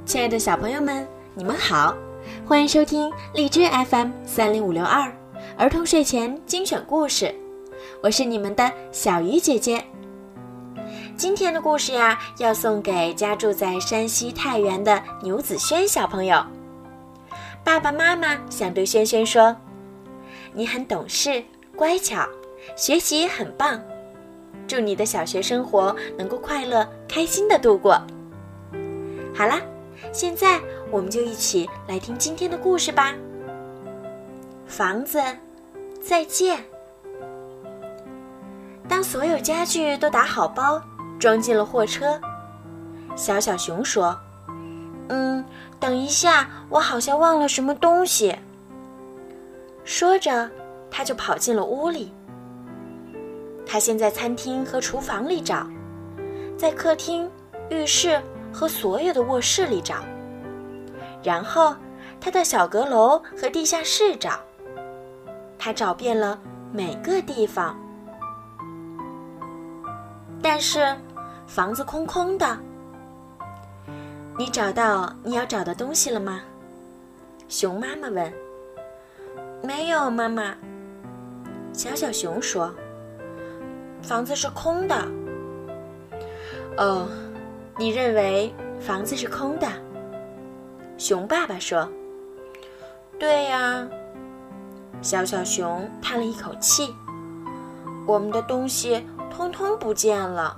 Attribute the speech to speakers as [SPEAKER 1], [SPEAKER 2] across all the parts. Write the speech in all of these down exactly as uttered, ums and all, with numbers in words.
[SPEAKER 1] 亲爱的小朋友们，你们好，欢迎收听荔枝 F M 三零五六二儿童睡前精选故事，我是你们的小鱼姐姐。今天的故事呀，要送给家住在山西太原的牛子轩小朋友。爸爸妈妈想对轩轩说，你很懂事乖巧，学习也很棒，祝你的小学生活能够快乐开心地度过。好啦，现在我们就一起来听今天的故事吧。房子再见。当所有家具都打好包，装进了货车，小小熊说，嗯，等一下，我好像忘了什么东西。说着，他就跑进了屋里。他先在餐厅和厨房里找，在客厅、浴室和所有的卧室里找，然后他到小阁楼和地下室找。他找遍了每个地方，但是房子空空的。你找到你要找的东西了吗？熊妈妈问。没有，妈妈。小小熊说，房子是空的。哦，你认为房子是空的？熊爸爸说，对呀。小小熊叹了一口气，我们的东西通通不见了。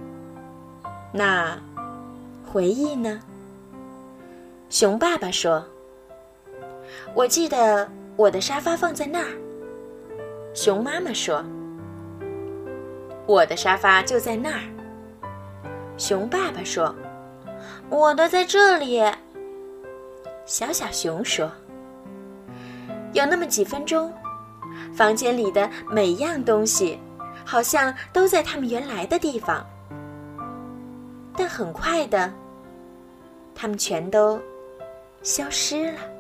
[SPEAKER 1] 那回忆呢？熊爸爸说，我记得我的沙发放在那儿。熊妈妈说，我的沙发就在那儿。熊爸爸说，我的在这里。小小熊说，有那么几分钟，房间里的每样东西好像都在他们原来的地方，但很快的，他们全都消失了。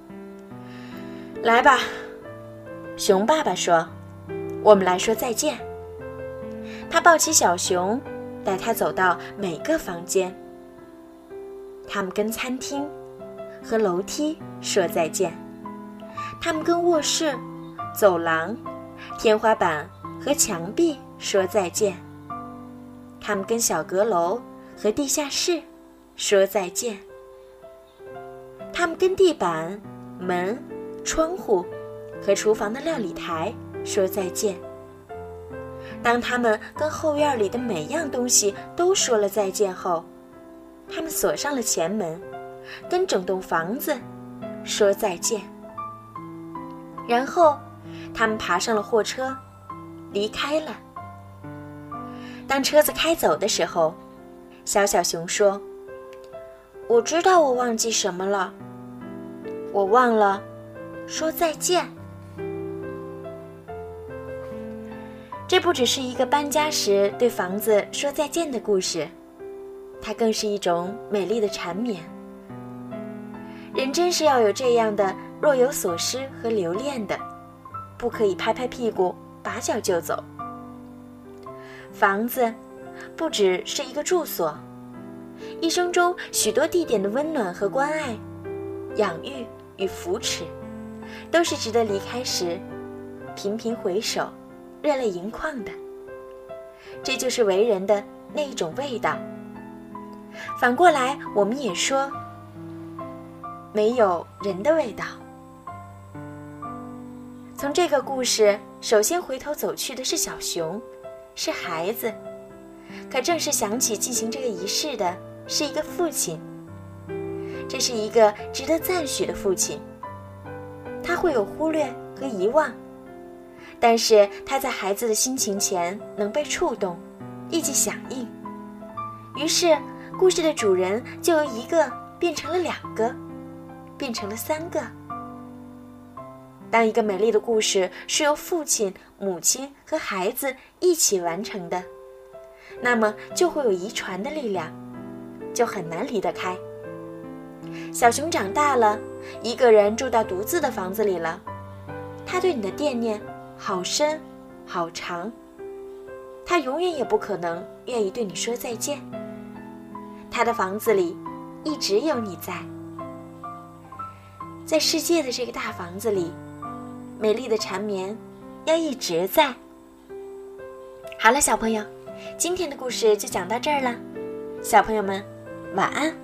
[SPEAKER 1] 来吧，熊爸爸说，我们来说再见。他抱起小熊，带他走到每个房间。他们跟餐厅和楼梯说再见，他们跟卧室、走廊、天花板和墙壁说再见，他们跟小阁楼和地下室说再见，他们跟地板、门、窗户和厨房的料理台说再见。当他们跟后院里的每样东西都说了再见后，他们锁上了前门，跟整栋房子说再见。然后他们爬上了货车，离开了。当车子开走的时候，小小熊说，我知道我忘记什么了，我忘了说再见。这不只是一个搬家时对房子说再见的故事，它更是一种美丽的缠绵。人真是要有这样的若有所失和留恋的，不可以拍拍屁股拔脚就走。房子不只是一个住所，一生中许多地点的温暖和关爱、养育与扶持，都是值得离开时频频回首、热泪盈眶的。这就是为人的那一种味道。反过来，我们也说，没有人的味道。从这个故事，首先回头走去的是小熊，是孩子。可正是想起进行这个仪式的是一个父亲，这是一个值得赞许的父亲。他会有忽略和遗忘，但是他在孩子的心情前能被触动，立即响应。于是故事的主人就由一个变成了两个，变成了三个。当一个美丽的故事是由父亲、母亲和孩子一起完成的，那么就会有遗传的力量，就很难离得开。小熊长大了，一个人住到独自的房子里了，他对你的惦念好深好长，他永远也不可能愿意对你说再见。他的房子里一直有你在。在世界的这个大房子里，美丽的缠绵要一直在。好了，小朋友，今天的故事就讲到这儿了，小朋友们晚安。